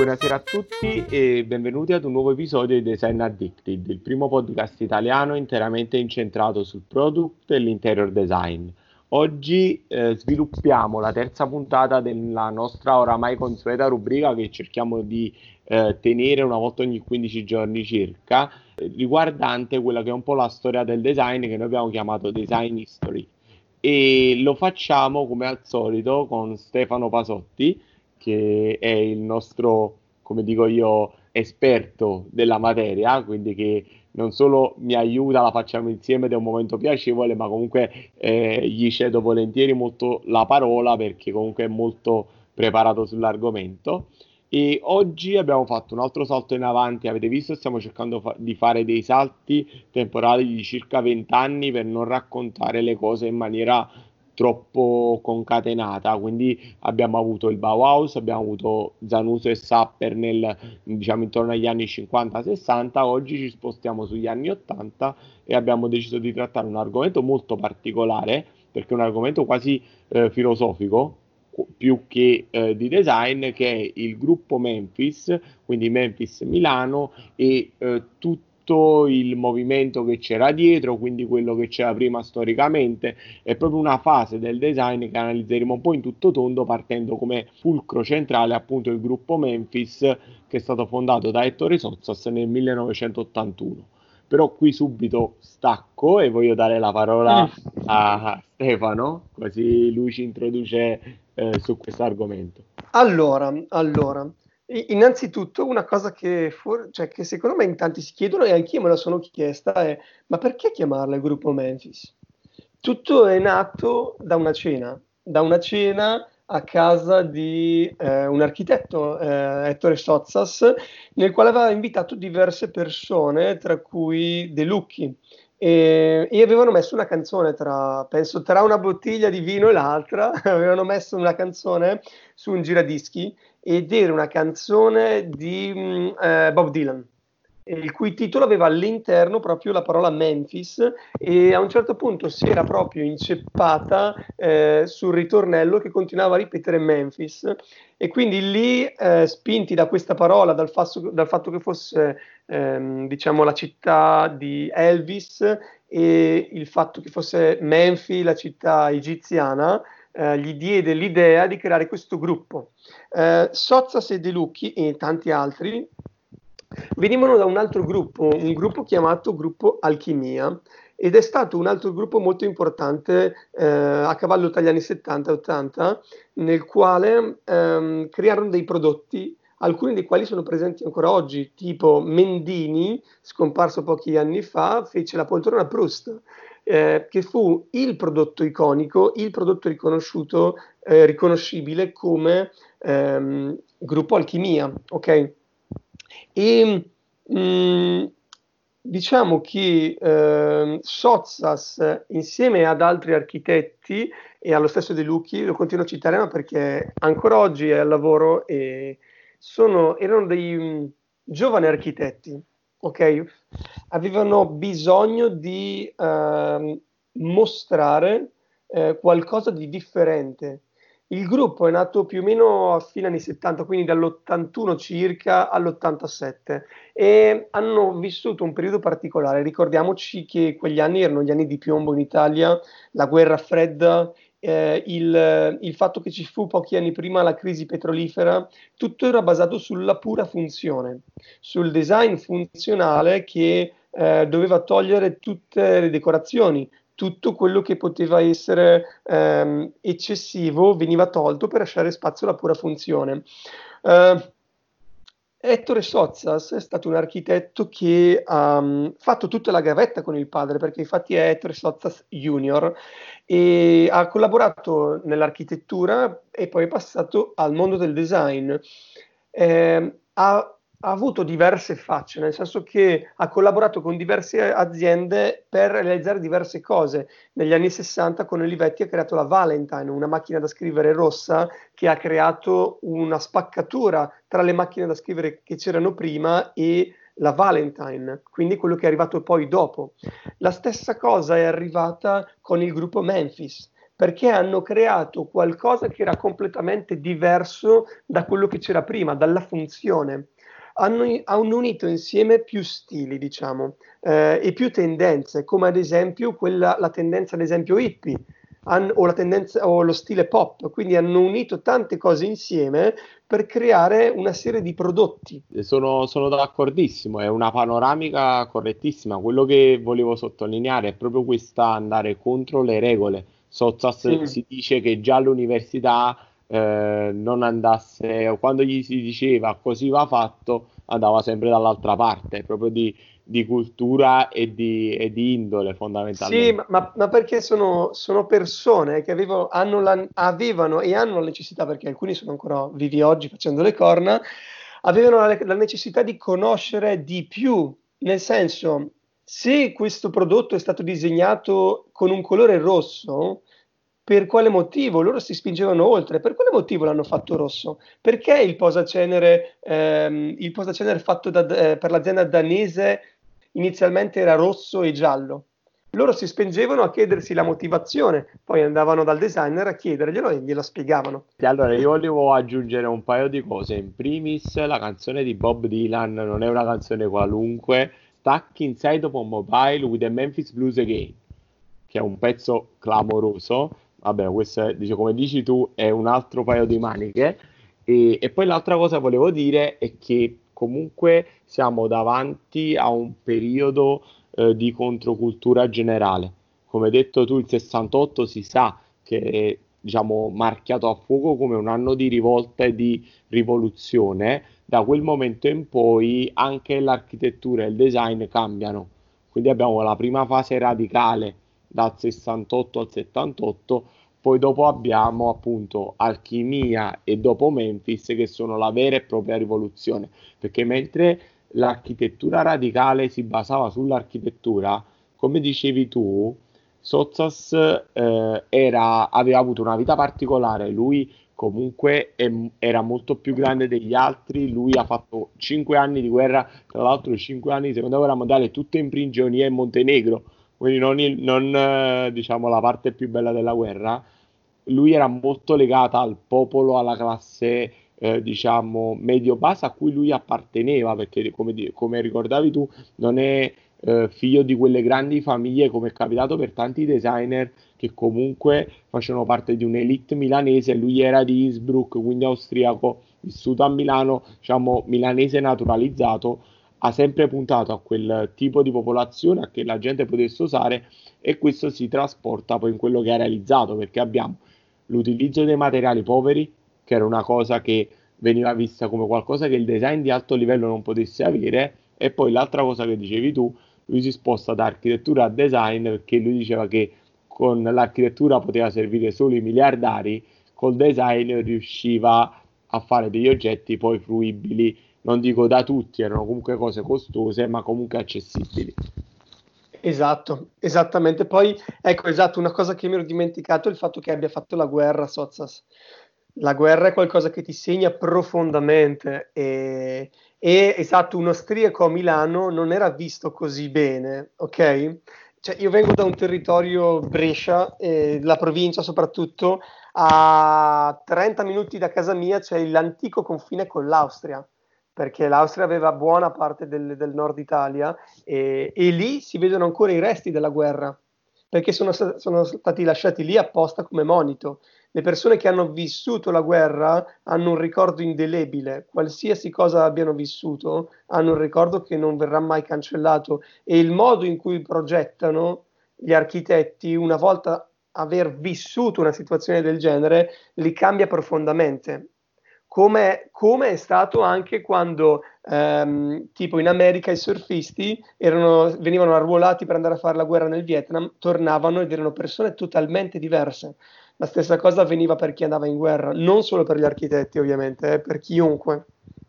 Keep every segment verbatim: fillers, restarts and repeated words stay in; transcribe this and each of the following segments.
Buonasera a tutti e benvenuti ad un nuovo episodio di Design Addicted, il primo podcast italiano interamente incentrato sul product e l'interior design. Oggi eh, sviluppiamo la terza puntata della nostra oramai consueta rubrica che cerchiamo di eh, tenere una volta ogni quindici giorni circa, eh, riguardante quella che è un po' la storia del design che noi abbiamo chiamato Design History. E lo facciamo come al solito con Stefano Pasotti, che è il nostro, come dico io, esperto della materia, quindi che non solo mi aiuta, la facciamo insieme ed è un momento piacevole, ma comunque eh, gli cedo volentieri molto la parola perché comunque è molto preparato sull'argomento. E oggi abbiamo fatto un altro salto in avanti, avete visto, stiamo cercando fa- di fare dei salti temporali di circa venti anni per non raccontare le cose in maniera troppo concatenata, quindi abbiamo avuto il Bauhaus, abbiamo avuto Zanuso e Sapper nel, diciamo intorno agli anni cinquanta sessanta, oggi ci spostiamo sugli anni ottanta e abbiamo deciso di trattare un argomento molto particolare, perché è un argomento quasi eh, filosofico, più che eh, di design, che è il gruppo Memphis, quindi Memphis Milano e eh, tutto il movimento che c'era dietro, quindi quello che c'era prima storicamente. È proprio una fase del design che analizzeremo un po' in tutto tondo, partendo come fulcro centrale appunto il gruppo Memphis, che è stato fondato da Ettore Sozzas nel millenovecentottantuno. Però qui subito stacco e voglio dare la parola Mm. a Stefano, così lui ci introduce eh, su questo argomento. Allora, allora, i- innanzitutto una cosa che, for- cioè, che secondo me in tanti si chiedono e anch'io me la sono chiesta è: ma perché chiamarla il gruppo Memphis? Tutto è nato da una cena, da una cena a casa di eh, un architetto, eh, Ettore Sozzas, nel quale aveva invitato diverse persone, tra cui De Lucchi. E, e avevano messo una canzone tra, penso, tra una bottiglia di vino e l'altra, avevano messo una canzone su un giradischi ed era una canzone di mh, eh, Bob Dylan, il cui titolo aveva all'interno proprio la parola Memphis e a un certo punto si era proprio inceppata eh, sul ritornello che continuava a ripetere Memphis e quindi lì, eh, spinti da questa parola, dal, fasso, dal fatto che fosse ehm, diciamo la città di Elvis e il fatto che fosse Menfi la città egiziana, eh, gli diede l'idea di creare questo gruppo. Eh, Sozzas e De Lucchi e tanti altri venivano da un altro gruppo, un gruppo chiamato Gruppo Alchimia, ed è stato un altro gruppo molto importante eh, a cavallo tra gli anni settanta e ottanta, nel quale ehm, crearono dei prodotti, alcuni dei quali sono presenti ancora oggi, tipo Mendini, scomparso pochi anni fa, fece la poltrona Proust, eh, che fu il prodotto iconico, il prodotto riconosciuto, eh, riconoscibile come ehm, Gruppo Alchimia, ok? E mh, diciamo che eh, Sozzas, insieme ad altri architetti e allo stesso De Lucchi, lo continuo a citare ma perché ancora oggi è al lavoro e sono, erano dei mh, giovani architetti, ok? Avevano bisogno di ehm, mostrare eh, qualcosa di differente. Il gruppo è nato più o meno a fine anni settanta, quindi dall'ottantuno circa all'ottantasette, e hanno vissuto un periodo particolare. Ricordiamoci che quegli anni erano gli anni di piombo in Italia, la guerra fredda, eh, il, il fatto che ci fu pochi anni prima la crisi petrolifera, tutto era basato sulla pura funzione, sul design funzionale che eh, doveva togliere tutte le decorazioni, tutto quello che poteva essere ehm, eccessivo veniva tolto per lasciare spazio alla pura funzione. Eh, Ettore Sozzas è stato un architetto che ha um, fatto tutta la gavetta con il padre, perché infatti è Ettore Sozzas Junior, e ha collaborato nell'architettura e poi è passato al mondo del design. Eh, ha, ha avuto diverse facce, nel senso che ha collaborato con diverse aziende per realizzare diverse cose. Negli anni sessanta con Olivetti ha creato la Valentine, una macchina da scrivere rossa che ha creato una spaccatura tra le macchine da scrivere che c'erano prima e la Valentine, quindi quello che è arrivato poi dopo. La stessa cosa è arrivata con il gruppo Memphis. perché hanno creato qualcosa che era completamente diverso da quello che c'era prima, dalla funzione. Hanno, hanno unito insieme più stili, diciamo, eh, e più tendenze, come ad esempio quella, la tendenza, ad esempio, hippie, hanno, o, la tendenza, o lo stile pop, quindi hanno unito tante cose insieme per creare una serie di prodotti. Sono, sono d'accordissimo, è una panoramica correttissima. Quello che volevo sottolineare è proprio questa andare contro le regole. Sozzas Sì. si dice che già all'università eh, non andasse, o quando gli si diceva così va fatto, andava sempre dall'altra parte, proprio di, di cultura e di, e di indole Sì, fondamentalmente. ma, ma- ma perché sono, sono persone che avevo- hanno la- avevano e hanno la necessità, perché alcuni sono ancora vivi oggi facendo le corna, avevano la, la necessità di conoscere di più, nel senso, se questo prodotto è stato disegnato con un colore rosso, per quale motivo? Loro si spingevano oltre. Per quale motivo l'hanno fatto rosso? Perché il posacenere, ehm, il posacenere fatto da- eh, per l'azienda danese inizialmente era rosso e giallo? Loro si spingevano a chiedersi la motivazione, poi andavano dal designer a chiederglielo e glielo spiegavano. E allora io volevo aggiungere un paio di cose. In primis, la canzone di Bob Dylan non è una canzone qualunque. Stuck Inside of a Mobile with the Memphis Blues Again, che è un pezzo clamoroso. Vabbè, questo è, dice, come dici tu, è un altro paio di maniche. E, e poi l'altra cosa che volevo dire è che comunque siamo davanti a un periodo eh, di controcultura generale. Come hai detto tu, il sessantotto si sa che è, diciamo, marchiato a fuoco come un anno di rivolta e di rivoluzione. Da quel momento in poi anche l'architettura e il design cambiano. Quindi abbiamo la prima fase radicale dal sessantotto al settantotto, poi dopo abbiamo appunto Alchimia e dopo Memphis che sono la vera e propria rivoluzione, perché mentre l'architettura radicale si basava sull'architettura, come dicevi tu, Sozzas eh, era- aveva avuto una vita particolare, lui comunque è- era molto più grande degli altri, lui ha fatto cinque anni di guerra, tra l'altro cinque anni di seconda guerra mondiale, tutte in prigionia in Montenegro, quindi non, il- non, eh, diciamo la parte più bella della guerra. Lui era molto legato al popolo, alla classe eh, diciamo medio-bassa a cui lui apparteneva, perché come, di- come ricordavi tu, non è eh, figlio di quelle grandi famiglie come è capitato per tanti designer che comunque facevano parte di un'elite milanese. Lui era di Innsbruck, quindi austriaco, vissuto a Milano, diciamo milanese naturalizzato, ha sempre puntato a quel tipo di popolazione, a che la gente potesse usare, e questo si trasporta poi in quello che ha realizzato, perché abbiamo l'utilizzo dei materiali poveri, che era una cosa che veniva vista come qualcosa che il design di alto livello non potesse avere, e poi l'altra cosa che dicevi tu, lui si sposta da architettura a design perché lui diceva che con l'architettura poteva servire solo i miliardari, col design riusciva a fare degli oggetti poi fruibili, non dico da tutti, erano comunque cose costose, ma comunque accessibili. Esatto, esattamente. Poi, ecco, esatto, una cosa che mi ero dimenticato è il fatto che abbia fatto la guerra, Sozzas. La guerra è qualcosa che ti segna profondamente e, e, esatto, un austriaco a Milano non era visto così bene, ok? Cioè, io vengo da un territorio, Brescia, eh, la provincia soprattutto, a trenta minuti da casa mia c'è l'antico confine con l'Austria, perché l'Austria aveva buona parte del, del nord Italia e, e lì si vedono ancora i resti della guerra, perché sono, sta- sono stati lasciati lì apposta come monito. Le persone che hanno vissuto la guerra hanno un ricordo indelebile, qualsiasi cosa abbiano vissuto, hanno un ricordo che non verrà mai cancellato e il modo in cui progettano gli architetti, una volta aver vissuto una situazione del genere, li cambia profondamente. Come, come è stato anche quando, ehm, tipo in America, i surfisti erano, venivano arruolati per andare a fare la guerra nel Vietnam, tornavano ed erano persone totalmente diverse. La stessa cosa avveniva per chi andava in guerra, non solo per gli architetti, ovviamente, eh, per chiunque.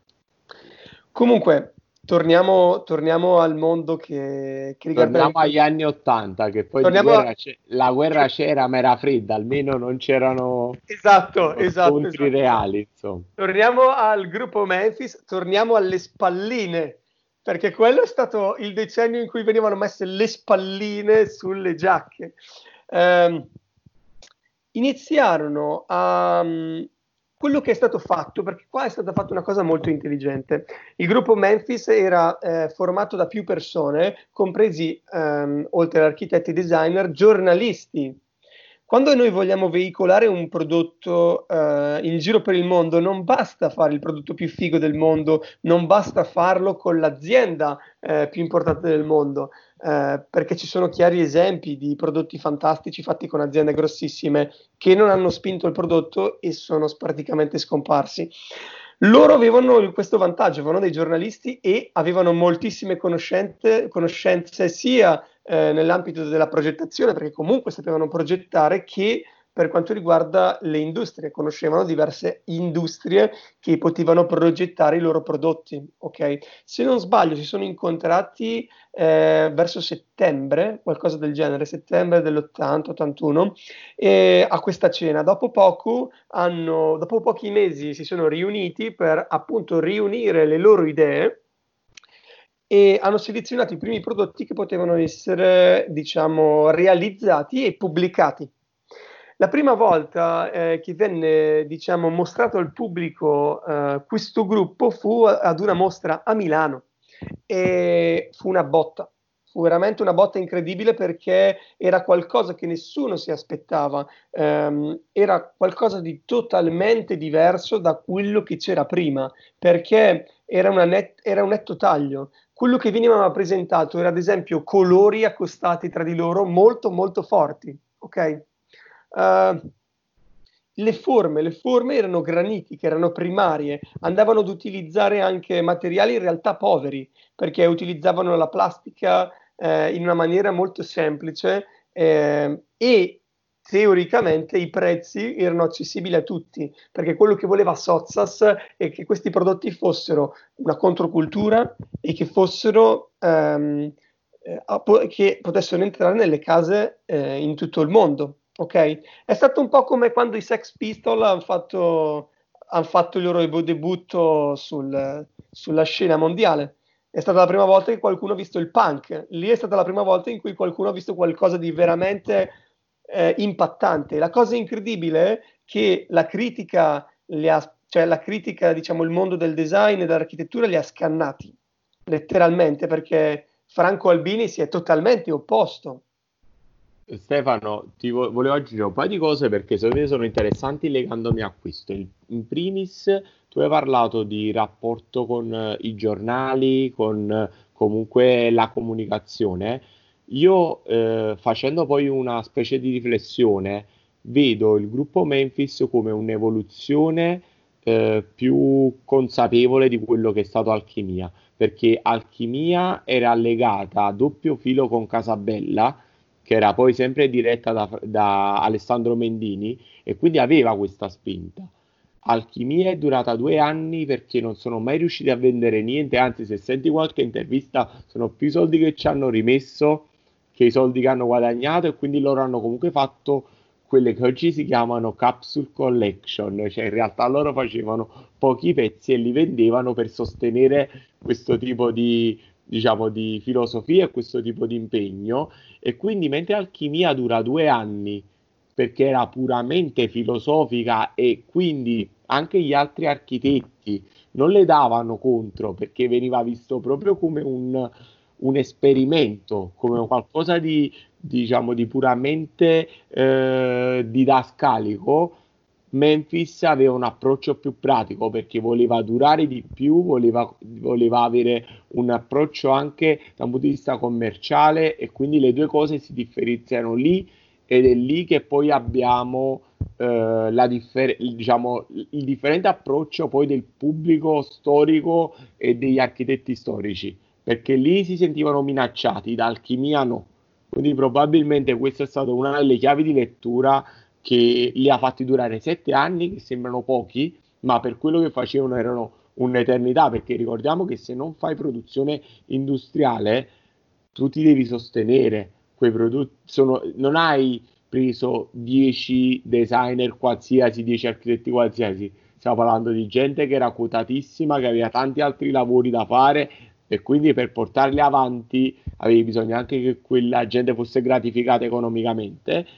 Comunque, torniamo, torniamo al mondo che, che riguarda Torniamo il... agli anni ottanta, che poi di Torniamo a... guerra c'è- la guerra c'era, ma era fredda, almeno non c'erano Esatto, esatto, scontri esatto, esatto. reali, insomma. Torniamo al gruppo Memphis, torniamo alle spalline, perché quello è stato il decennio in cui venivano messe le spalline sulle giacche. Ehm, iniziarono a... um, quello che è stato fatto, perché qua è stata fatta una cosa molto intelligente. Il gruppo Memphis era eh, formato da più persone, compresi, ehm, oltre ad architetti e designer, giornalisti. Quando noi vogliamo veicolare un prodotto eh, in giro per il mondo, non basta fare il prodotto più figo del mondo, non basta farlo con l'azienda eh, più importante del mondo, eh, perché ci sono chiari esempi di prodotti fantastici fatti con aziende grossissime che non hanno spinto il prodotto e sono praticamente scomparsi. Loro avevano questo vantaggio, avevano dei giornalisti e avevano moltissime conoscenze, conoscenze sia eh, nell'ambito della progettazione, perché comunque sapevano progettare, che per quanto riguarda le industrie, conoscevano diverse industrie che potevano progettare i loro prodotti. Ok? Se non sbaglio, si sono incontrati eh, verso settembre, qualcosa del genere, settembre dell'ottanta ottantuno, eh, a questa cena. Dopo poco hanno, dopo pochi mesi si sono riuniti per appunto riunire le loro idee e hanno selezionato i primi prodotti che potevano essere, diciamo, realizzati e pubblicati. La prima volta eh, che venne, diciamo, mostrato al pubblico eh, questo gruppo fu ad una mostra a Milano e fu una botta. Fu veramente una botta incredibile perché era qualcosa che nessuno si aspettava, ehm, era qualcosa di totalmente diverso da quello che c'era prima, perché era, una net, era un netto taglio. Quello che veniva presentato era ad esempio colori accostati tra di loro molto molto forti, ok? Uh, le forme, le forme erano granitiche, erano primarie, andavano ad utilizzare anche materiali in realtà poveri, perché utilizzavano la plastica eh, in una maniera molto semplice eh, e teoricamente i prezzi erano accessibili a tutti, perché quello che voleva Sozzas è che questi prodotti fossero una controcultura e che fossero ehm, eh, che potessero entrare nelle case eh, in tutto il mondo. Ok? È stato un po' come quando i Sex Pistols hanno fatto, han fatto il loro debutto sul, sulla scena mondiale. È stata la prima volta che qualcuno ha visto il punk. Lì è stata la prima volta in cui qualcuno ha visto qualcosa di veramente eh, impattante. La cosa incredibile è che la critica, li ha, cioè la critica, diciamo, il mondo del design e dell'architettura li ha scannati, letteralmente, perché Franco Albini si è totalmente opposto. Stefano, ti vo- volevo aggiungere un paio di cose perché secondo me sono interessanti legandomi a questo. In, in primis, tu hai parlato di rapporto con eh, i giornali, con eh, comunque la comunicazione. Io, eh, facendo poi una specie di riflessione, vedo il gruppo Memphis come un'evoluzione eh, più consapevole di quello che è stato Alchimia, perché Alchimia era legata a doppio filo con Casabella, che era poi sempre diretta da, da Alessandro Mendini, e quindi aveva questa spinta. Alchimia è durata due anni perché non sono mai riusciti a vendere niente, anzi se senti qualche intervista sono più i soldi che ci hanno rimesso che i soldi che hanno guadagnato, e quindi loro hanno comunque fatto quelle che oggi si chiamano capsule collection, cioè in realtà loro facevano pochi pezzi e li vendevano per sostenere questo tipo di, diciamo, di filosofia e questo tipo di impegno. E quindi mentre Alchimia dura due anni perché era puramente filosofica e quindi anche gli altri architetti non le davano contro perché veniva visto proprio come un, un esperimento, come qualcosa di, diciamo, di puramente eh, didascalico. Memphis aveva un approccio più pratico perché voleva durare di più, voleva, voleva avere un approccio anche da un punto di vista commerciale, e quindi le due cose si differenziano lì, ed è lì che poi abbiamo eh, la differ- diciamo, il differente approccio poi del pubblico storico e degli architetti storici, perché lì si sentivano minacciati, da Alchimia no. Quindi probabilmente questa è stata una delle chiavi di lettura che li ha fatti durare sette anni, che sembrano pochi, ma per quello che facevano erano un'eternità, perché ricordiamo che se non fai produzione industriale, tu ti devi sostenere quei prodotti, sono, non hai preso dieci designer qualsiasi, dieci architetti qualsiasi, stiamo parlando di gente che era quotatissima, che aveva tanti altri lavori da fare, e quindi per portarli avanti avevi bisogno anche che quella gente fosse gratificata economicamente.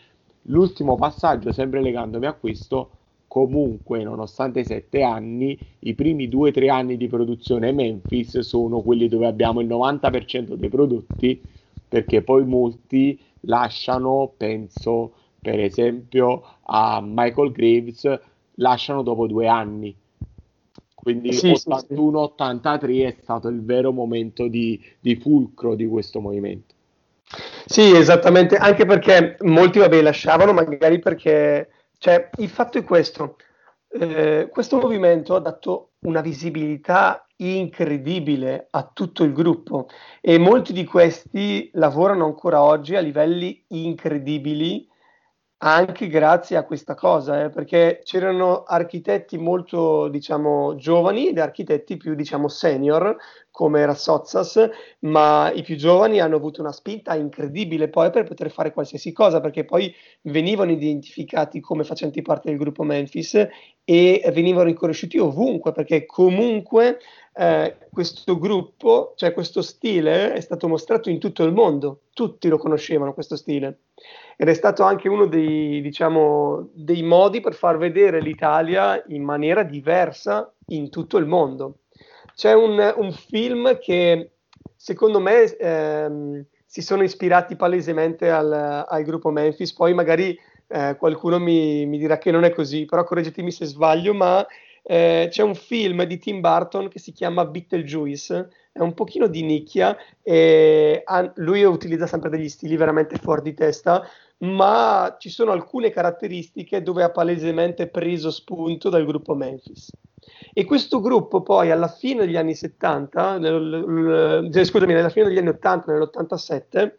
L'ultimo passaggio, sempre legandomi a questo, comunque, nonostante i sette anni, i primi due o tre anni di produzione Memphis sono quelli dove abbiamo il novanta per cento dei prodotti, perché poi molti lasciano, penso per esempio a Michael Graves, lasciano dopo due anni. Quindi Sì, sì, sì. ottantuno ottantatré è stato il vero momento di, di fulcro di questo movimento. Sì, esattamente, anche perché molti, vabbè, lasciavano magari perché, cioè, il fatto è questo, eh, questo movimento ha dato una visibilità incredibile a tutto il gruppo e molti di questi lavorano ancora oggi a livelli incredibili anche grazie a questa cosa, eh, perché c'erano architetti molto, diciamo, giovani ed architetti più, diciamo, senior, come era Sozzas, ma i più giovani hanno avuto una spinta incredibile poi per poter fare qualsiasi cosa, perché poi venivano identificati come facenti parte del gruppo Memphis e venivano riconosciuti ovunque, perché comunque eh, questo gruppo, cioè questo stile è stato mostrato in tutto il mondo, tutti lo conoscevano questo stile. Ed è stato anche uno dei, diciamo, dei modi per far vedere l'Italia in maniera diversa in tutto il mondo. C'è un, un film che secondo me ehm, si sono ispirati palesemente al, al gruppo Memphis, poi magari eh, qualcuno mi, mi dirà che non è così, però correggetemi se sbaglio, ma eh, c'è un film di Tim Burton che si chiama Beetlejuice, è un pochino di nicchia e ha, lui utilizza sempre degli stili veramente fuori di testa, ma ci sono alcune caratteristiche dove ha palesemente preso spunto dal gruppo Memphis. E questo gruppo poi alla fine degli anni settanta, nel, nel, scusami, alla fine degli anni ottanta, nell'ottantasette,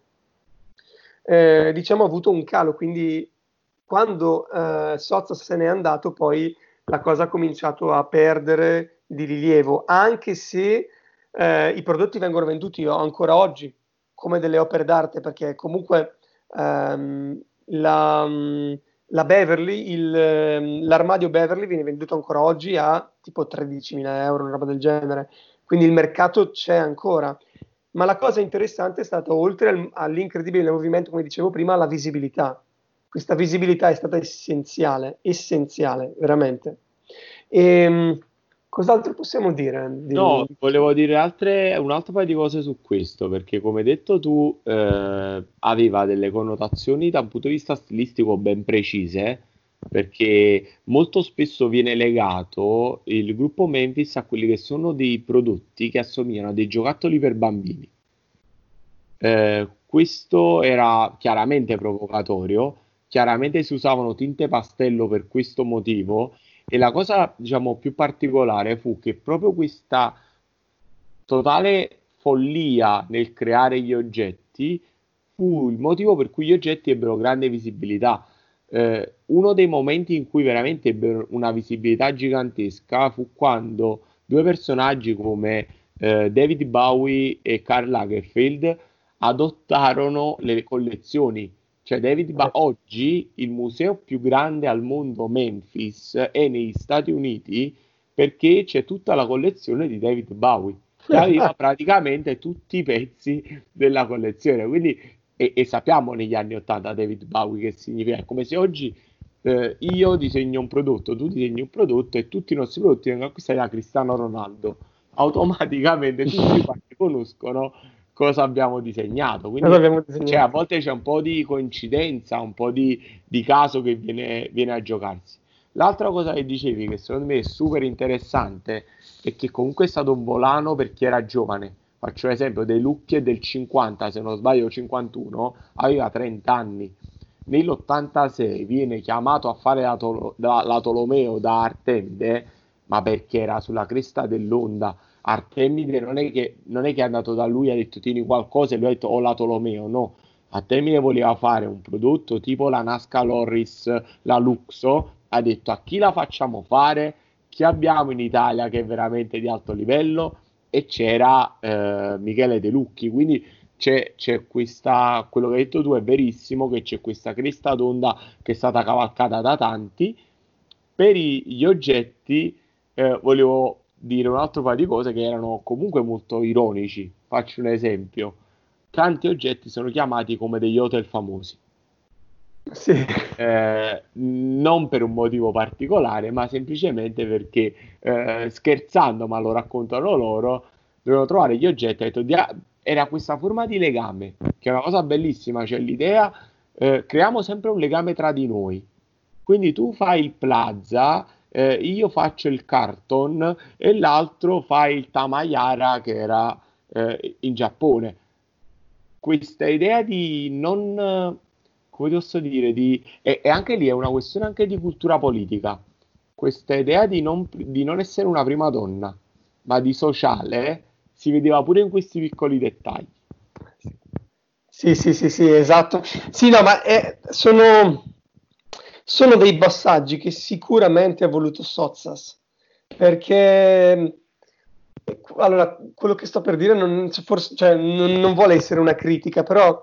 eh, diciamo ha avuto un calo, quindi quando eh, Sozzas se n'è andato poi la cosa ha cominciato a perdere di rilievo, anche se eh, i prodotti vengono venduti ancora oggi come delle opere d'arte, perché comunque ehm, la, la Beverly, il, l'armadio Beverly viene venduto ancora oggi a tipo tredicimila euro, una roba del genere, quindi il mercato c'è ancora. Ma la cosa interessante è stata, oltre al, all'incredibile movimento, come dicevo prima, la visibilità. Questa visibilità è stata essenziale, essenziale, veramente. E, cos'altro possiamo dire? No, Di... volevo dire altre, un altro paio di cose su questo, perché come hai detto tu, eh, aveva delle connotazioni da un punto di vista stilistico ben precise, perché molto spesso viene legato il gruppo Memphis a quelli che sono dei prodotti che assomigliano a dei giocattoli per bambini. Eh, questo era chiaramente provocatorio, chiaramente si usavano tinte pastello per questo motivo e la cosa, diciamo, più particolare fu che proprio questa totale follia nel creare gli oggetti fu il motivo per cui gli oggetti ebbero grande visibilità. Eh, uno dei momenti in cui veramente ebbero una visibilità gigantesca fu quando due personaggi come eh, David Bowie e Karl Lagerfeld adottarono le collezioni. Cioè, David Ba- Eh, oggi il museo più grande al mondo, Memphis, è negli Stati Uniti perché c'è tutta la collezione di David Bowie, che aveva praticamente tutti i pezzi della collezione. Quindi, e, e sappiamo negli anni ottanta David Bowie che significa, è come se oggi eh, io disegno un prodotto, tu disegni un prodotto e tutti i nostri prodotti vengono acquistati da Cristiano Ronaldo. Automaticamente tutti quanti conoscono cosa abbiamo disegnato. Cosa Quindi abbiamo cioè, a disegnato? volte c'è un po' di coincidenza, un po' di, di caso che viene, viene a giocarsi. L'altra cosa che dicevi, che secondo me è super interessante, è che comunque è stato un volano per chi era giovane. Faccio l'esempio dei Lucchi del cinquanta, se non sbaglio cinquantuno, aveva trenta anni. Nell'ottantasei viene chiamato a fare la, Tolo- da- la Tolomeo da Artemide, ma perché era sulla cresta dell'onda. Artemide non è che, non è che è andato da lui e ha detto tieni qualcosa e lui ha detto ho la Tolomeo, no. Artemide voleva fare un prodotto tipo la Nazca Lorris, la Luxo, ha detto a chi la facciamo fare, chi abbiamo in Italia che è veramente di alto livello e c'era eh, Michele De Lucchi, quindi c'è, c'è questa, quello che hai detto tu è verissimo, che c'è questa cresta d'onda che è stata cavalcata da tanti. Per i- gli oggetti eh, volevo dire un altro paio di cose che erano comunque molto ironici. Faccio un esempio. Tanti oggetti sono chiamati come degli hotel famosi. Sì. Eh, non per un motivo particolare, ma semplicemente perché eh, scherzando, ma lo raccontano loro, dovevano trovare gli oggetti. Ha detto, "Dia- era questa forma di legame, che è una cosa bellissima, cioè l'idea, eh, creiamo sempre un legame tra di noi. Quindi tu fai il plaza, eh, io faccio il carton e l'altro fa il Tamayara che era eh, in Giappone. Questa idea di non, eh, come posso dire, di, e, e anche lì è una questione anche di cultura politica. Questa idea di non, di non essere una prima donna, ma di sociale, si vedeva pure in questi piccoli dettagli. Sì, sì, sì, sì, esatto. Sì, no, ma è- sono, sono dei passaggi che sicuramente ha voluto Sozzas, perché allora, quello che sto per dire non, cioè, forse, cioè, non, non vuole essere una critica, però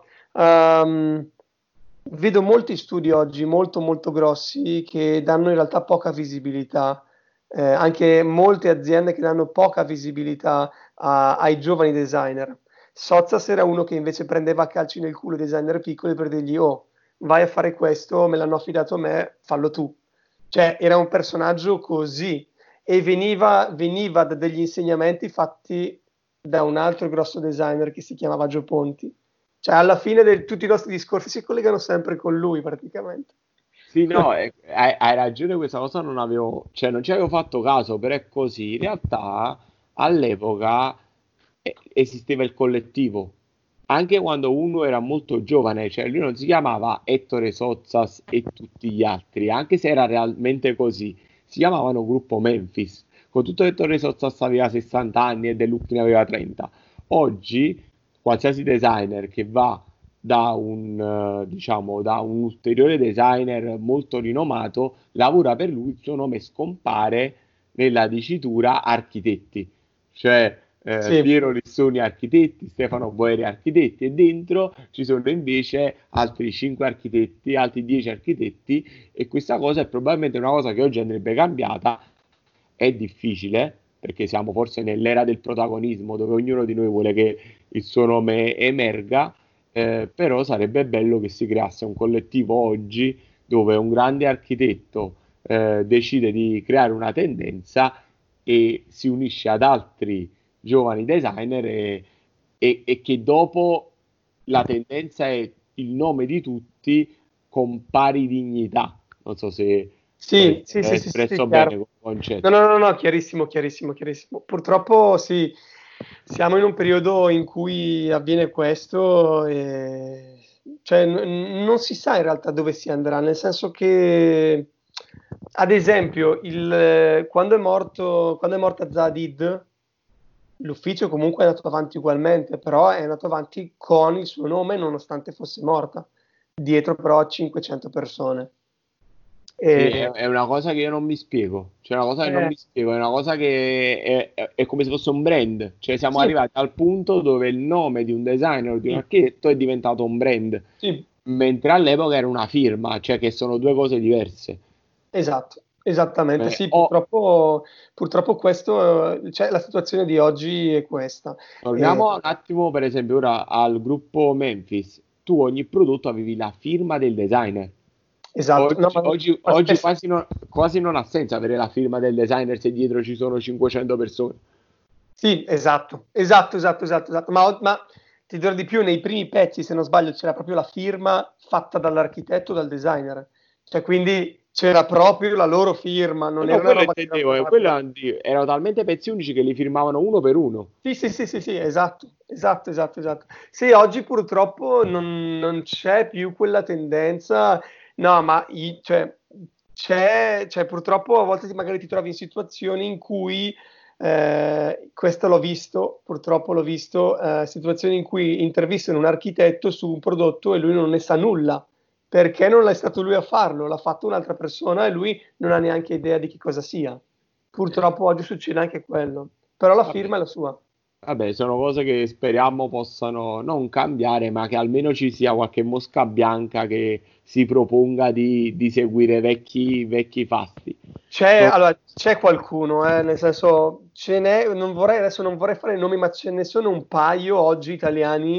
ehm, vedo molti studi oggi molto molto grossi che danno in realtà poca visibilità, eh, anche molte aziende che danno poca visibilità a- ai giovani designer. Sozzas era uno che invece prendeva a calci nel culo i designer piccoli per dirgli: oh, vai a fare questo, me l'hanno affidato a me, fallo tu. Cioè, era un personaggio così e veniva, veniva da degli insegnamenti fatti da un altro grosso designer che si chiamava Gio Ponti. Cioè, alla fine del, tutti i nostri discorsi si collegano sempre con lui, praticamente. Sì, no, eh, hai, hai ragione, questa cosa non avevo, cioè non ci avevo fatto caso, però è così. In realtà all'epoca eh, esisteva il collettivo, anche quando uno era molto giovane, cioè lui non si chiamava Ettore Sozzas e tutti gli altri, anche se era realmente così, si chiamavano Gruppo Memphis, con tutto che Ettore Sozzas aveva sessanta anni e De Luca ne aveva trenta. Oggi qualsiasi designer che va da un, eh, diciamo, da un ulteriore designer molto rinomato, lavora per lui, il suo nome scompare nella dicitura architetti, cioè eh, Sì, Piero Lissoni architetti, Stefano Boeri architetti e dentro ci sono invece altri cinque architetti, altri dieci architetti e questa cosa è probabilmente una cosa che oggi andrebbe cambiata, è difficile perché siamo forse nell'era del protagonismo dove ognuno di noi vuole che il suo nome emerga, eh, però sarebbe bello che si creasse un collettivo oggi dove un grande architetto eh, decide di creare una tendenza e si unisce ad altri giovani designer e, e- e che dopo la tendenza è il nome di tutti con pari dignità. Non so se ho sì, sì, sì, sì, sì, sì, espresso bene chiaro. quel No, concetto. no, no, no, chiarissimo, chiarissimo, chiarissimo. Purtroppo sì, siamo in un periodo in cui avviene questo e cioè, n- non si sa in realtà dove si andrà, nel senso che, ad esempio, il- quando è morto, quando è morta Zaha Hadid, l'ufficio comunque è andato avanti ugualmente, però è andato avanti con il suo nome nonostante fosse morta, dietro però a cinquecento persone. Sì, è, E, è una cosa che io non mi spiego, cioè una cosa che non eh, mi spiego, è una cosa che è, è- è come se fosse un brand, cioè siamo sì, arrivati al punto dove il nome di un designer o di un sì, architetto è diventato un brand, sì, mentre all'epoca era una firma, cioè che sono due cose diverse. esatto, esattamente, Eh, sì, o purtroppo, purtroppo questo, eh, cioè, la situazione di oggi è questa. torniamo un Eh, attimo per esempio ora al gruppo Memphis, tu ogni prodotto avevi la firma del designer. esatto, no, Oggi, ma, oggi- ma oggi spesso, quasi non, quasi non ha senso avere la firma del designer se dietro ci sono cinquecento persone. sì, esatto, esatto, esatto, esatto, esatto. Ma, ma ti dirò di più, nei primi pezzi, se non sbaglio, c'era proprio la firma fatta dall'architetto, dal designer. Cioè, quindi c'era proprio la loro firma, No, non era no, una quello roba che era intendevo, eh, quello fatta. erano di- erano talmente pezzi unici che li firmavano uno per uno. Sì, sì, sì, sì, sì, esatto, esatto, esatto, esatto. Sì, oggi purtroppo non, non c'è più quella tendenza, no, ma i- cioè, c'è, cioè, purtroppo a volte ti- magari ti trovi in situazioni in cui, eh, questo l'ho visto, purtroppo l'ho visto, eh, situazioni in cui intervistano un architetto su un prodotto e lui non ne sa nulla, perché non è stato lui a farlo, l'ha fatto un'altra persona e lui non ha neanche idea di che cosa sia. Purtroppo oggi succede anche quello, però la Vabbè, firma è la sua. vabbè, sono cose che speriamo possano non cambiare, ma che almeno ci sia qualche mosca bianca che si proponga di, di seguire vecchi, vecchi fasti. C'è, To- allora, c'è qualcuno, eh, nel senso, ce n'è, non vorrei, adesso non vorrei fare nomi, ma ce ne sono un paio oggi italiani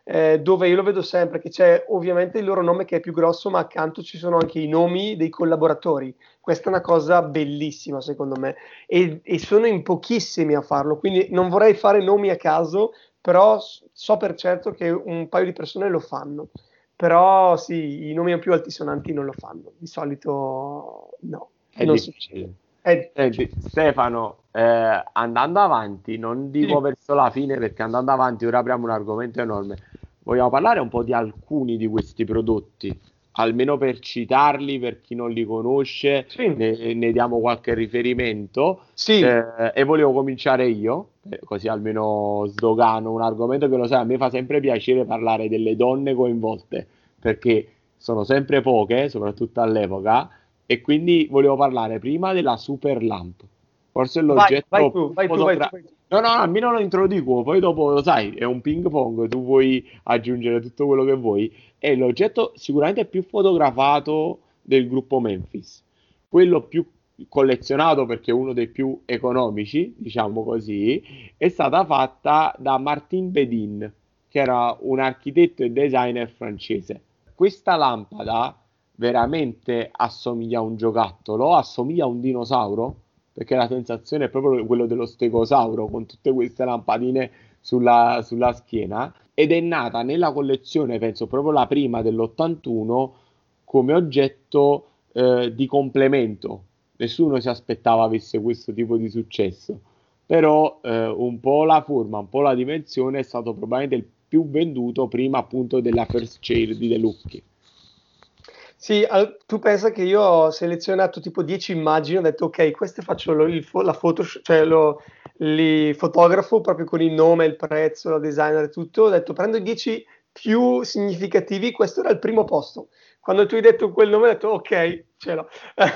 eh, dove io lo vedo sempre che c'è ovviamente il loro nome che è più grosso, ma accanto ci sono anche i nomi dei collaboratori. Questa è una cosa bellissima secondo me, e, e sono in pochissimi a farlo, quindi non vorrei fare nomi a caso, però so per certo che un paio di persone lo fanno. Però sì, i nomi più altisonanti non lo fanno, di solito no, È non difficile. succede. È Senti, Stefano, eh, andando avanti, non dico sì, verso la fine perché andando avanti ora apriamo un argomento enorme. Vogliamo parlare un po' di alcuni di questi prodotti, almeno per citarli, per chi non li conosce, sì, ne, ne diamo qualche riferimento. sì. Eh, e volevo cominciare io, eh, così almeno sdogano un argomento che lo sai, a me fa sempre piacere parlare delle donne coinvolte, perché sono sempre poche, soprattutto all'epoca, e quindi volevo parlare prima della Super Lamp. Forse è Vai, vai l'oggetto tu, più vai tu, vai tu, fotografico. vai tu. No, no, almeno lo introduco, poi dopo lo sai, è un ping pong, tu puoi aggiungere tutto quello che vuoi. È l'oggetto sicuramente più fotografato del gruppo Memphis, quello più collezionato perché è uno dei più economici, diciamo così, è stata fatta da Martin Bedin, che era un architetto e designer francese. Questa lampada veramente assomiglia a un giocattolo, assomiglia a un dinosauro, perché la sensazione è proprio quello dello stegosauro con tutte queste lampadine sulla, sulla schiena, ed è nata nella collezione, penso proprio la prima dell'ottantuno, come oggetto eh, di complemento. Nessuno si aspettava avesse questo tipo di successo, però eh, un po' la forma, un po' la dimensione è stato probabilmente il più venduto prima appunto della first chair di De Lucchi. Sì, al- tu pensa che io ho selezionato tipo dieci immagini, ho detto ok, queste faccio lo- il fo- la foto, cioè lo, li fotografo proprio con il nome, il prezzo, la designer e tutto, ho detto prendo i dieci più significativi, questo era il primo posto. Quando tu hai detto quel nome ho detto ok, ce l'ho.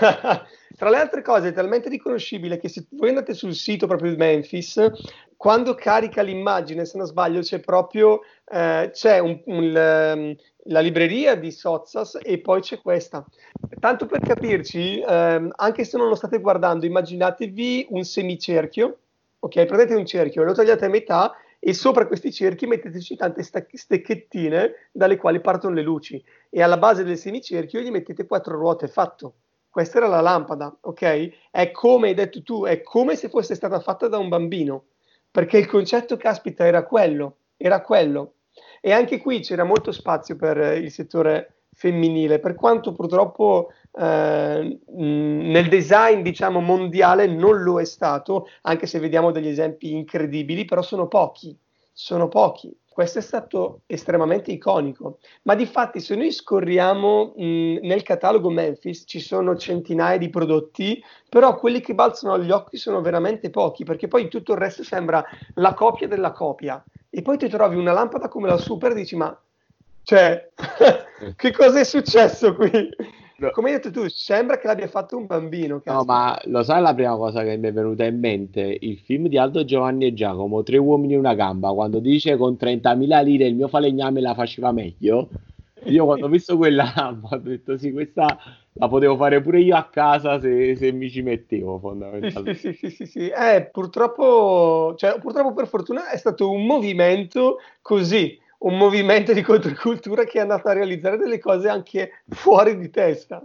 Tra le altre cose è talmente riconoscibile che se voi andate sul sito proprio di Memphis, quando carica l'immagine, se non sbaglio, c'è proprio eh, c'è un, un, ehm, la libreria di Sozzas e poi c'è questa. Tanto per capirci, ehm, anche se non lo state guardando, immaginatevi un semicerchio, ok? Prendete un cerchio, lo tagliate a metà e sopra questi cerchi metteteci tante stac- stecchettine dalle quali partono le luci e alla base del semicerchio gli mettete quattro ruote, fatto. Questa era la lampada, ok? È come hai detto tu, è come se fosse stata fatta da un bambino, perché il concetto, caspita, era quello, era quello. E anche qui c'era molto spazio per eh, il settore femminile, per quanto purtroppo eh, mh, nel design, diciamo, mondiale non lo è stato, anche se vediamo degli esempi incredibili, però sono pochi, sono pochi. Questo è stato estremamente iconico. Ma di fatti, se noi scorriamo mh, nel catalogo Memphis, ci sono centinaia di prodotti, però quelli che balzano agli occhi sono veramente pochi, perché poi tutto il resto sembra la copia della copia. E poi ti trovi una lampada come la Super e dici, ma cioè, che cosa è successo qui? No, Come hai detto tu, sembra che l'abbia fatto un bambino, no, caspita. ma lo sai la prima cosa che mi è venuta in mente? Il film di Aldo Giovanni e Giacomo, Tre uomini e una gamba, quando dice con trentamila lire il mio falegname la faceva meglio. Io quando ho visto quella lampada ho detto sì, questa la potevo fare pure io a casa se, se mi ci mettevo Sì, sì, fondamentalmente. sì, sì, sì, sì. Eh, purtroppo, cioè, purtroppo per fortuna è stato un movimento così, un movimento di controcultura che è andato a realizzare delle cose anche fuori di testa.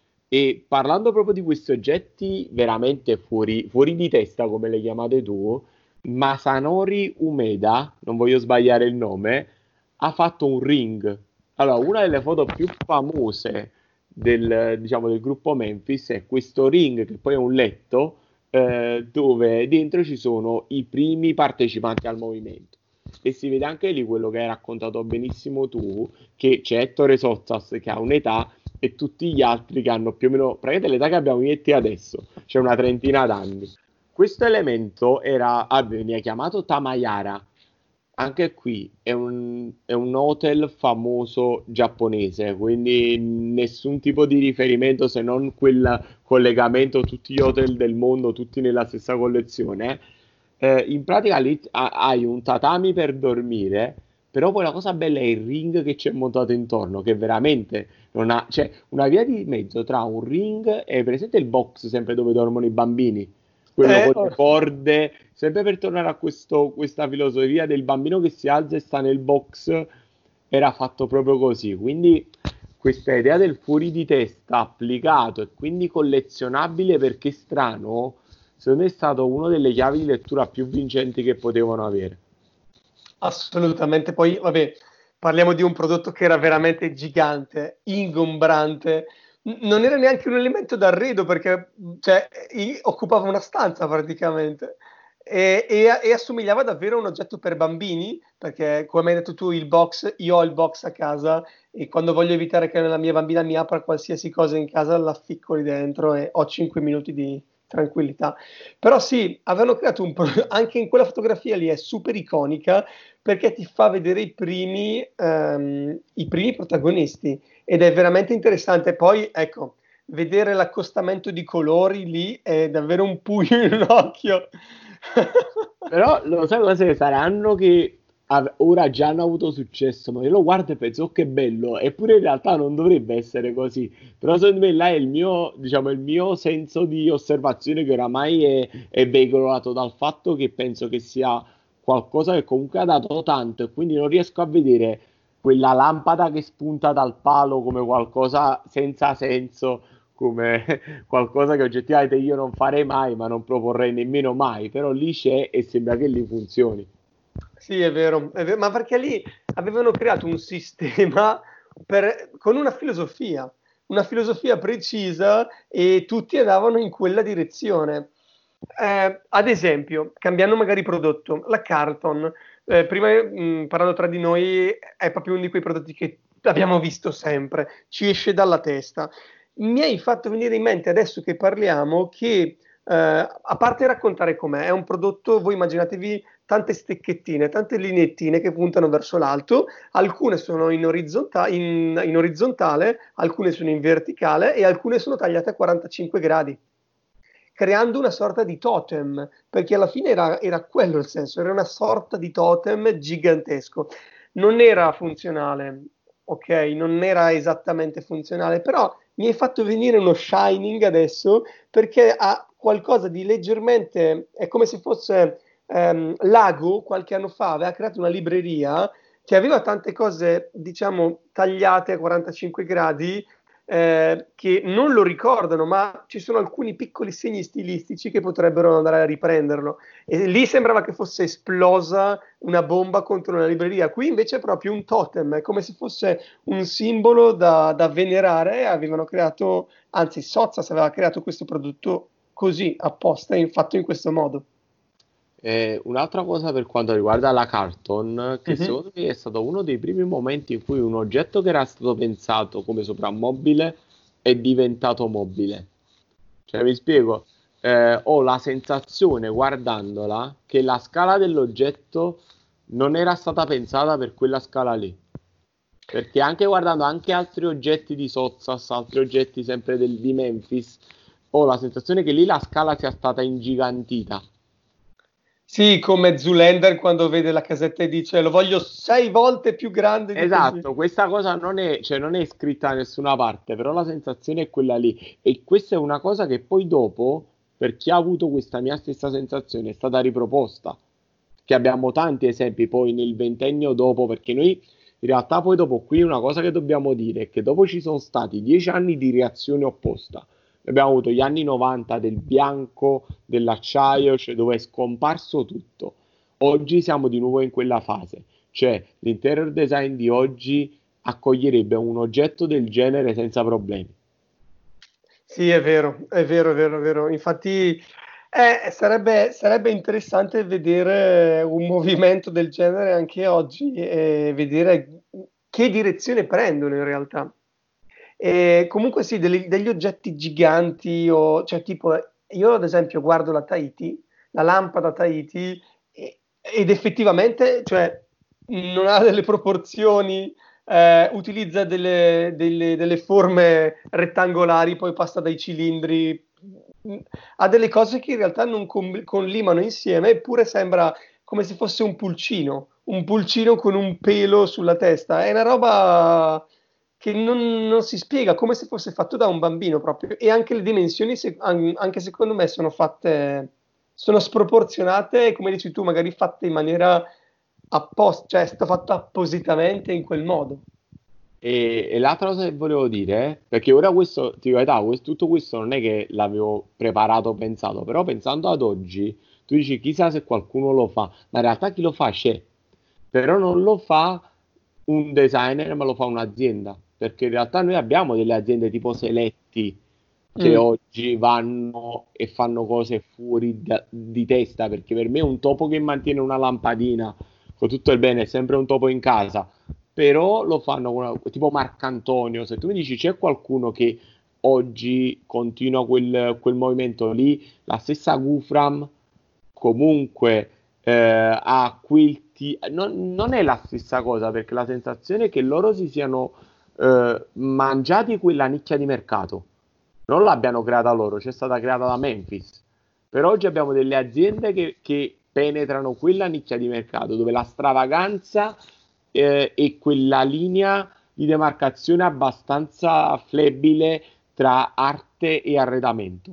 E parlando proprio di questi oggetti veramente fuori, fuori di testa, come le chiamate tu, Masanori Umeda, non voglio sbagliare il nome, ha fatto un ring. Allora, una delle foto più famose del, diciamo, del gruppo Memphis è questo ring, che poi è un letto, eh, dove dentro ci sono i primi partecipanti al movimento. E si vede anche lì quello che hai raccontato benissimo tu, che c'è Ettore Sozzas che ha un'età e tutti gli altri che hanno più o meno praticamente l'età che abbiamo io e te adesso, c'è una trentina d'anni. Questo elemento era, ah, veniva chiamato Tamayara. Anche qui è un, è un hotel famoso giapponese, quindi nessun tipo di riferimento se non quel collegamento, tutti gli hotel del mondo, tutti nella stessa collezione. Eh, in pratica lì ha- hai un tatami per dormire, però poi la cosa bella è il ring che c'è montato intorno, che veramente non ha, c'è una via di mezzo tra un ring e presente il box sempre dove dormono i bambini, quello Eh, con le oh, corde, sempre per tornare a questo, questa filosofia del bambino che si alza e sta nel box, era fatto proprio così, quindi questa idea del fuori di testa applicato e quindi collezionabile perché strano, secondo me è stato una delle chiavi di lettura più vincenti che potevano avere. Assolutamente. Poi, vabbè, parliamo di un prodotto che era veramente gigante, ingombrante. N- non era neanche un elemento d'arredo perché cioè, i- occupava una stanza praticamente. E, e- e assomigliava davvero a un oggetto per bambini, perché come hai detto tu, il box, io ho il box a casa e quando voglio evitare che la mia bambina mi apra qualsiasi cosa in casa, la ficco lì dentro e ho cinque minuti di tranquillità. Però sì, avevano creato un pro- anche in quella fotografia lì è super iconica perché ti fa vedere i primi, ehm, i primi protagonisti ed è veramente interessante. Poi, ecco, vedere l'accostamento di colori lì è davvero un pugno in un occhio. Però lo sai cose saranno che av- ora già hanno avuto successo, ma io lo guardo e penso, oh che bello, eppure in realtà non dovrebbe essere così. Però secondo me là è il mio, diciamo, il mio senso di osservazione che oramai è, è veicolato dal fatto che penso che sia qualcosa che comunque ha dato tanto e quindi non riesco a vedere quella lampada che spunta dal palo come qualcosa senza senso, come qualcosa che oggettivamente io non farei mai, ma non proporrei nemmeno mai, però lì c'è e sembra che lì funzioni. Sì, è vero, è vero, ma perché lì avevano creato un sistema per- con una filosofia, una filosofia precisa e tutti andavano in quella direzione. Eh, ad esempio, cambiando magari prodotto, la Carlton, eh, prima mh, parlando tra di noi, è proprio uno di quei prodotti che abbiamo visto sempre, ci esce dalla testa. Mi hai fatto venire in mente adesso che parliamo che, eh, a parte raccontare com'è, è un prodotto, voi immaginatevi tante stecchettine, tante lineettine che puntano verso l'alto, alcune sono in, orizzonta- in, in orizzontale, alcune sono in verticale e alcune sono tagliate a quarantacinque gradi, creando una sorta di totem, perché alla fine era, era quello il senso, era una sorta di totem gigantesco. Non era funzionale, ok? Non era esattamente funzionale, però mi hai fatto venire uno shining adesso perché ha qualcosa di leggermente, è come se fosse ehm, Lago qualche anno fa aveva creato una libreria che aveva tante cose, diciamo, tagliate a quarantacinque gradi eh, che non lo ricordano, ma ci sono alcuni piccoli segni stilistici che potrebbero andare a riprenderlo. E lì sembrava che fosse esplosa una bomba contro una libreria. Qui invece è proprio un totem, è come se fosse un simbolo da, da venerare. Avevano creato, anzi, Sozzas aveva creato questo prodotto così, apposta, in- fatto in questo modo. E un'altra cosa per quanto riguarda la Carlton, che Mhm. secondo me è stato uno dei primi momenti in cui un oggetto che era stato pensato come soprammobile è diventato mobile. Cioè, mi spiego, eh, ho la sensazione guardandola che la scala dell'oggetto non era stata pensata per quella scala lì. Perché anche guardando anche altri oggetti di Sozzas, altri oggetti sempre del- di Memphis, ho la sensazione che lì la scala sia stata ingigantita. Sì, come Zoolander quando vede la casetta e dice lo voglio sei volte più grande di così. Esatto, questa cosa non è, cioè, non è scritta da nessuna parte, però la sensazione è quella lì. E questa è una cosa che poi dopo, per chi ha avuto questa mia stessa sensazione, è stata riproposta. Che abbiamo tanti esempi poi nel ventennio dopo, perché noi in realtà poi dopo qui una cosa che dobbiamo dire è che dopo ci sono stati dieci anni di reazione opposta. Abbiamo avuto gli anni novanta del bianco, dell'acciaio, cioè dove è scomparso tutto. Oggi siamo di nuovo in quella fase, cioè l'interior design di oggi accoglierebbe un oggetto del genere senza problemi. Sì, è vero, è vero, è vero, è vero. Infatti eh, sarebbe, sarebbe interessante vedere un movimento del genere anche oggi e vedere che direzione prendono in realtà. E comunque sì, degli, degli oggetti giganti, o, cioè tipo, io ad esempio guardo la Tahiti, la lampada Tahiti, e- ed effettivamente, cioè, non ha delle proporzioni, eh, utilizza delle, delle- delle forme rettangolari, poi passa dai cilindri, ha delle cose che in realtà non com- collimano insieme, eppure sembra come se fosse un pulcino, un pulcino con un pelo sulla testa. È una roba che non, non si spiega, come se fosse fatto da un bambino proprio. E anche le dimensioni, se- an- anche secondo me, sono fatte, sono sproporzionate, e come dici tu, magari fatte in maniera apposta, cioè è stato fatto appositamente in quel modo. E, e l'altra cosa che volevo dire, eh, perché ora questo, ti dico la verità, questo- tutto questo non è che l'avevo preparato o pensato, però pensando ad oggi, tu dici chissà se qualcuno lo fa, ma in realtà chi lo fa c'è, però non lo fa un designer, ma lo fa un'azienda, perché in realtà noi abbiamo delle aziende tipo Seletti che Mm. oggi vanno e fanno cose fuori da- di testa, perché per me un topo che mantiene una lampadina, con tutto il bene, è sempre un topo in casa, però lo fanno con una- tipo Marcantonio. Se tu mi dici c'è qualcuno che oggi continua quel, quel movimento lì, la stessa Gufram comunque eh, ha quilti, non, non è la stessa cosa perché la sensazione è che loro si siano eh, mangiati quella nicchia di mercato, non l'abbiano creata loro, c'è stata creata da Memphis. Per oggi abbiamo delle aziende che, che penetrano quella nicchia di mercato dove la stravaganza eh, è quella linea di demarcazione abbastanza flebile tra arte e arredamento.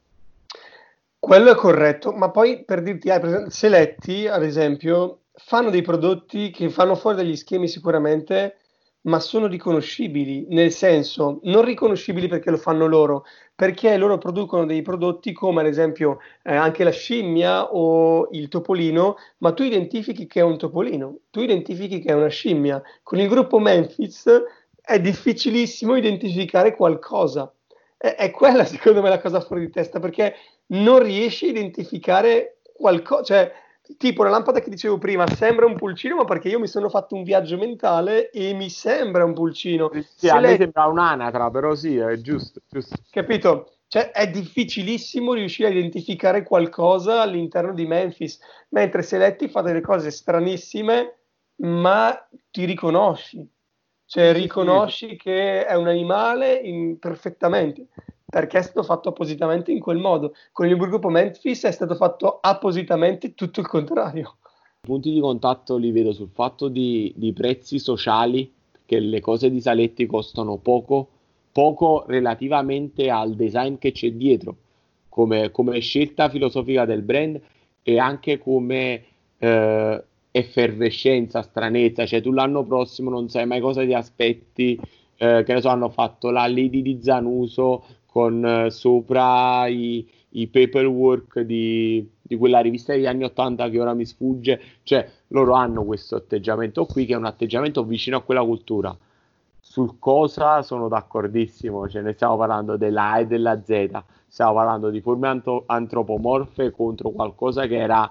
Quello è corretto, ma poi per dirti, hai presente, Seletti, ad esempio, fanno dei prodotti che fanno fuori dagli schemi sicuramente, ma sono riconoscibili, nel senso, non riconoscibili perché lo fanno loro, perché loro producono dei prodotti come ad esempio eh, anche la scimmia o il topolino, ma tu identifichi che è un topolino, tu identifichi che è una scimmia. Con il gruppo Memphis è difficilissimo identificare qualcosa. È, è quella secondo me la cosa fuori di testa, perché non riesci a identificare qualcosa, cioè tipo la lampada che dicevo prima sembra un pulcino, ma perché io mi sono fatto un viaggio mentale e mi sembra un pulcino. Sì, a Se me lei, sembra un'anatra, però sì, è giusto, giusto. capito? Cioè è difficilissimo riuscire a identificare qualcosa all'interno di Memphis, mentre Seletti fa delle cose stranissime, ma ti riconosci, cioè Sì, sì, sì, sì. riconosci che è un animale in- perfettamente, perché è stato fatto appositamente in quel modo. Con il gruppo Memphis è stato fatto appositamente tutto il contrario. Punti di contatto li vedo sul fatto di, di prezzi sociali, che le cose di Saletti costano poco, poco relativamente al design che c'è dietro, come, come scelta filosofica del brand e anche come eh, effervescenza, stranezza, cioè tu l'anno prossimo non sai mai cosa ti aspetti, eh, che ne so, hanno fatto la Lady di Zanuso con eh, sopra i, i paperwork di, di quella rivista degli anni ottanta che ora mi sfugge, cioè loro hanno questo atteggiamento qui che è un atteggiamento vicino a quella cultura. Sul cosa sono d'accordissimo, cioè ne stiamo parlando della A e della Z, stiamo parlando di forme anto- antropomorfe contro qualcosa che era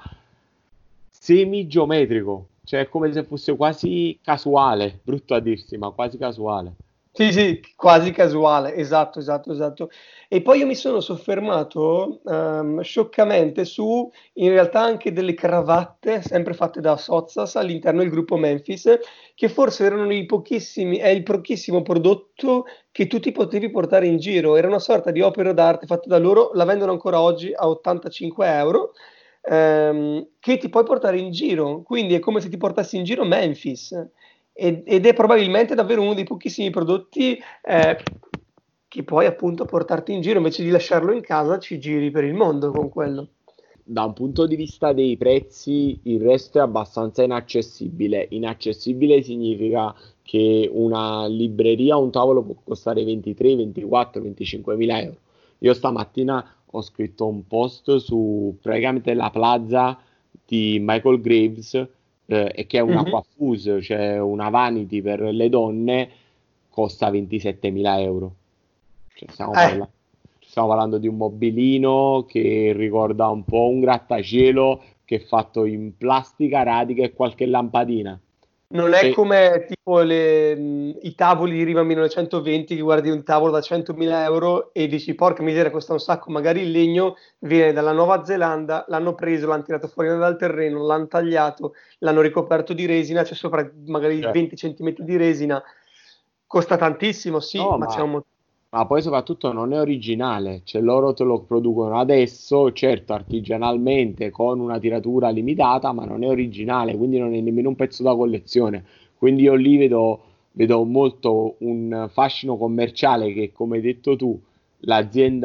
semi-geometrico, cioè è come se fosse quasi casuale, brutto a dirsi, ma quasi casuale. Sì, sì, quasi casuale, esatto, esatto, esatto. E poi io mi sono soffermato ehm, scioccamente su, in realtà, anche delle cravatte, sempre fatte da Sozzas all'interno del gruppo Memphis, che forse erano i pochissimi, è il pochissimo prodotto che tu ti potevi portare in giro. Era una sorta di opera d'arte fatta da loro, la vendono ancora oggi a ottantacinque euro, ehm, che ti puoi portare in giro. Quindi è come se ti portassi in giro Memphis. Ed, ed è probabilmente davvero uno dei pochissimi prodotti eh, che puoi appunto portarti in giro, invece di lasciarlo in casa, ci giri per il mondo con quello. Da un punto di vista dei prezzi, il resto è abbastanza inaccessibile. Inaccessibile significa che una libreria, un tavolo può costare ventitré, ventiquattro, venticinque mila euro. Io stamattina ho scritto un post su praticamente la plaza di Michael Graves, eh, e che è una Mhm. coiffeuse, cioè una vanity per le donne, costa ventisettemila euro. Cioè, stiamo Eh, parlando, stiamo parlando di un mobilino che ricorda un po' un grattacielo che è fatto in plastica radica e qualche lampadina. non è E come tipo le, mh, i tavoli di Riva millenovecentoventi che guardi un tavolo da centomila euro e dici porca miseria, costa un sacco, magari il legno viene dalla Nuova Zelanda, l'hanno preso, l'hanno tirato fuori dal terreno, l'hanno tagliato, l'hanno ricoperto di resina, c'è sopra magari cioè, venti centimetri di resina, costa tantissimo, sì, no, ma c'è ma, un motivo. ma poi soprattutto non è originale, cioè loro te lo producono adesso, certo artigianalmente, con una tiratura limitata, ma non è originale, quindi non è nemmeno un pezzo da collezione. Quindi io lì vedo, vedo molto un fascino commerciale che, come hai detto tu, l'azienda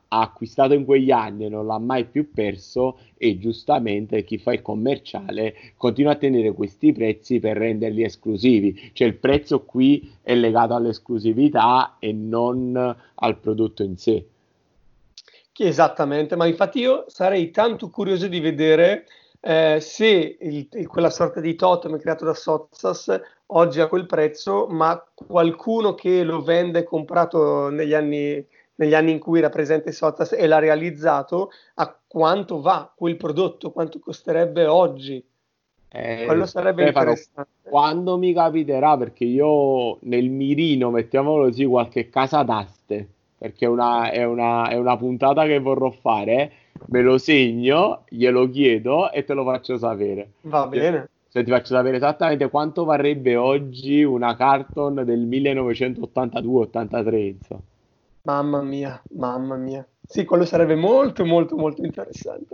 ha acquistato in quegli anni e non l'ha mai più perso, e giustamente chi fa il commerciale continua a tenere questi prezzi per renderli esclusivi, cioè il prezzo qui è legato all'esclusività e non al prodotto in sé. Che esattamente, ma infatti io sarei tanto curioso di vedere eh, se il- il- quella sorta di totem creato da Sozzas oggi a quel prezzo, ma qualcuno che lo vende comprato negli anni, negli anni in cui era presente Sozzas e l'ha realizzato, a quanto va quel prodotto, quanto costerebbe oggi. Quello Eh, sarebbe Stefano, interessante. quando mi capiterà, perché io nel mirino, mettiamolo così, qualche casa d'aste, perché è una, è una, è una puntata che vorrò fare, me lo segno, glielo chiedo e te lo faccio sapere. Va Cioè, bene. se ti faccio sapere esattamente quanto varrebbe oggi una carton del millenovecentottantadue ottantatré, insomma. Mamma mia, mamma mia. Sì, quello sarebbe molto, molto, molto interessante.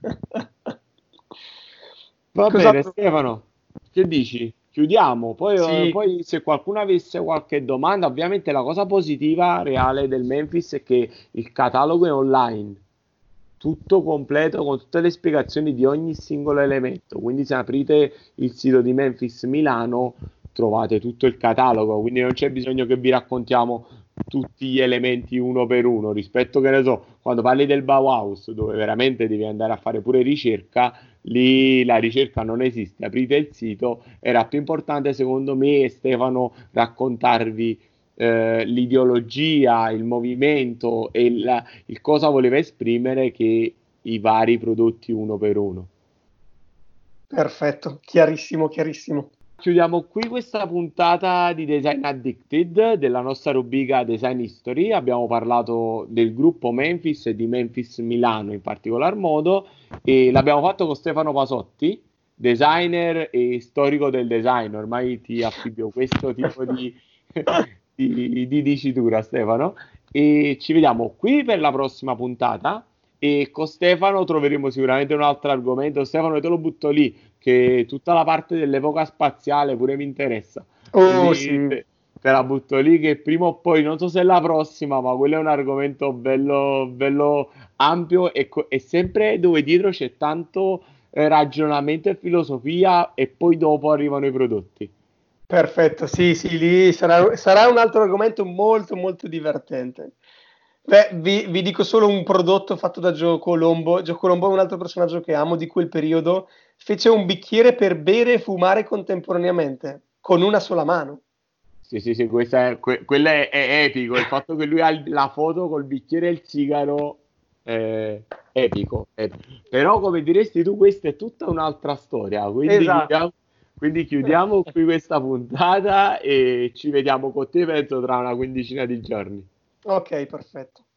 Va bene, Cos'altro? Stefano, che dici? Chiudiamo. Poi, eh, Sì, poi se qualcuno avesse qualche domanda, ovviamente la cosa positiva reale del Memphis è che il catalogo è online, tutto completo con tutte le spiegazioni di ogni singolo elemento. Quindi se aprite il sito di Memphis Milano trovate tutto il catalogo, quindi non c'è bisogno che vi raccontiamo tutti gli elementi uno per uno, rispetto che ne so, quando parli del Bauhaus, dove veramente devi andare a fare pure ricerca, lì la ricerca non esiste, aprite il sito, era più importante secondo me, Stefano, raccontarvi eh, l'ideologia, il movimento e il, il cosa voleva esprimere, che i vari prodotti uno per uno. perfetto, chiarissimo, chiarissimo. Chiudiamo qui questa puntata di Design Addicted della nostra rubrica Design History. Abbiamo parlato del gruppo Memphis e di Memphis Milano in particolar modo, e l'abbiamo fatto con Stefano Pasotti, designer e storico del design. Ormai ti affibbio questo tipo di, di, di dicitura, Stefano. E ci vediamo qui per la prossima puntata. E con Stefano troveremo sicuramente un altro argomento. Stefano, io te lo butto lì, che tutta la parte dell'epoca spaziale pure mi interessa. Oh Quindi sì, te, te la butto lì, che prima o poi, non so se è la prossima, ma quello è un argomento bello, bello ampio, e, co- e sempre dove dietro c'è tanto eh, ragionamento e filosofia, e poi dopo arrivano i prodotti. perfetto, sì, sì, lì sarà, sarà un altro argomento molto, molto divertente. Beh, vi, vi dico solo un prodotto fatto da Gio Colombo. Gio Colombo è un altro personaggio che amo di quel periodo. Fece un bicchiere per bere e fumare contemporaneamente, con una sola mano. Sì, sì, sì, questa è, que- quello è, è epico. Il fatto che lui ha il- la foto col bicchiere e il sigaro è epico, epico. Però, come diresti tu, questa è tutta un'altra storia. Quindi Esatto. chiudiamo, quindi chiudiamo qui questa puntata e ci vediamo con te, penso, tra una quindicina di giorni. Ok, perfetto.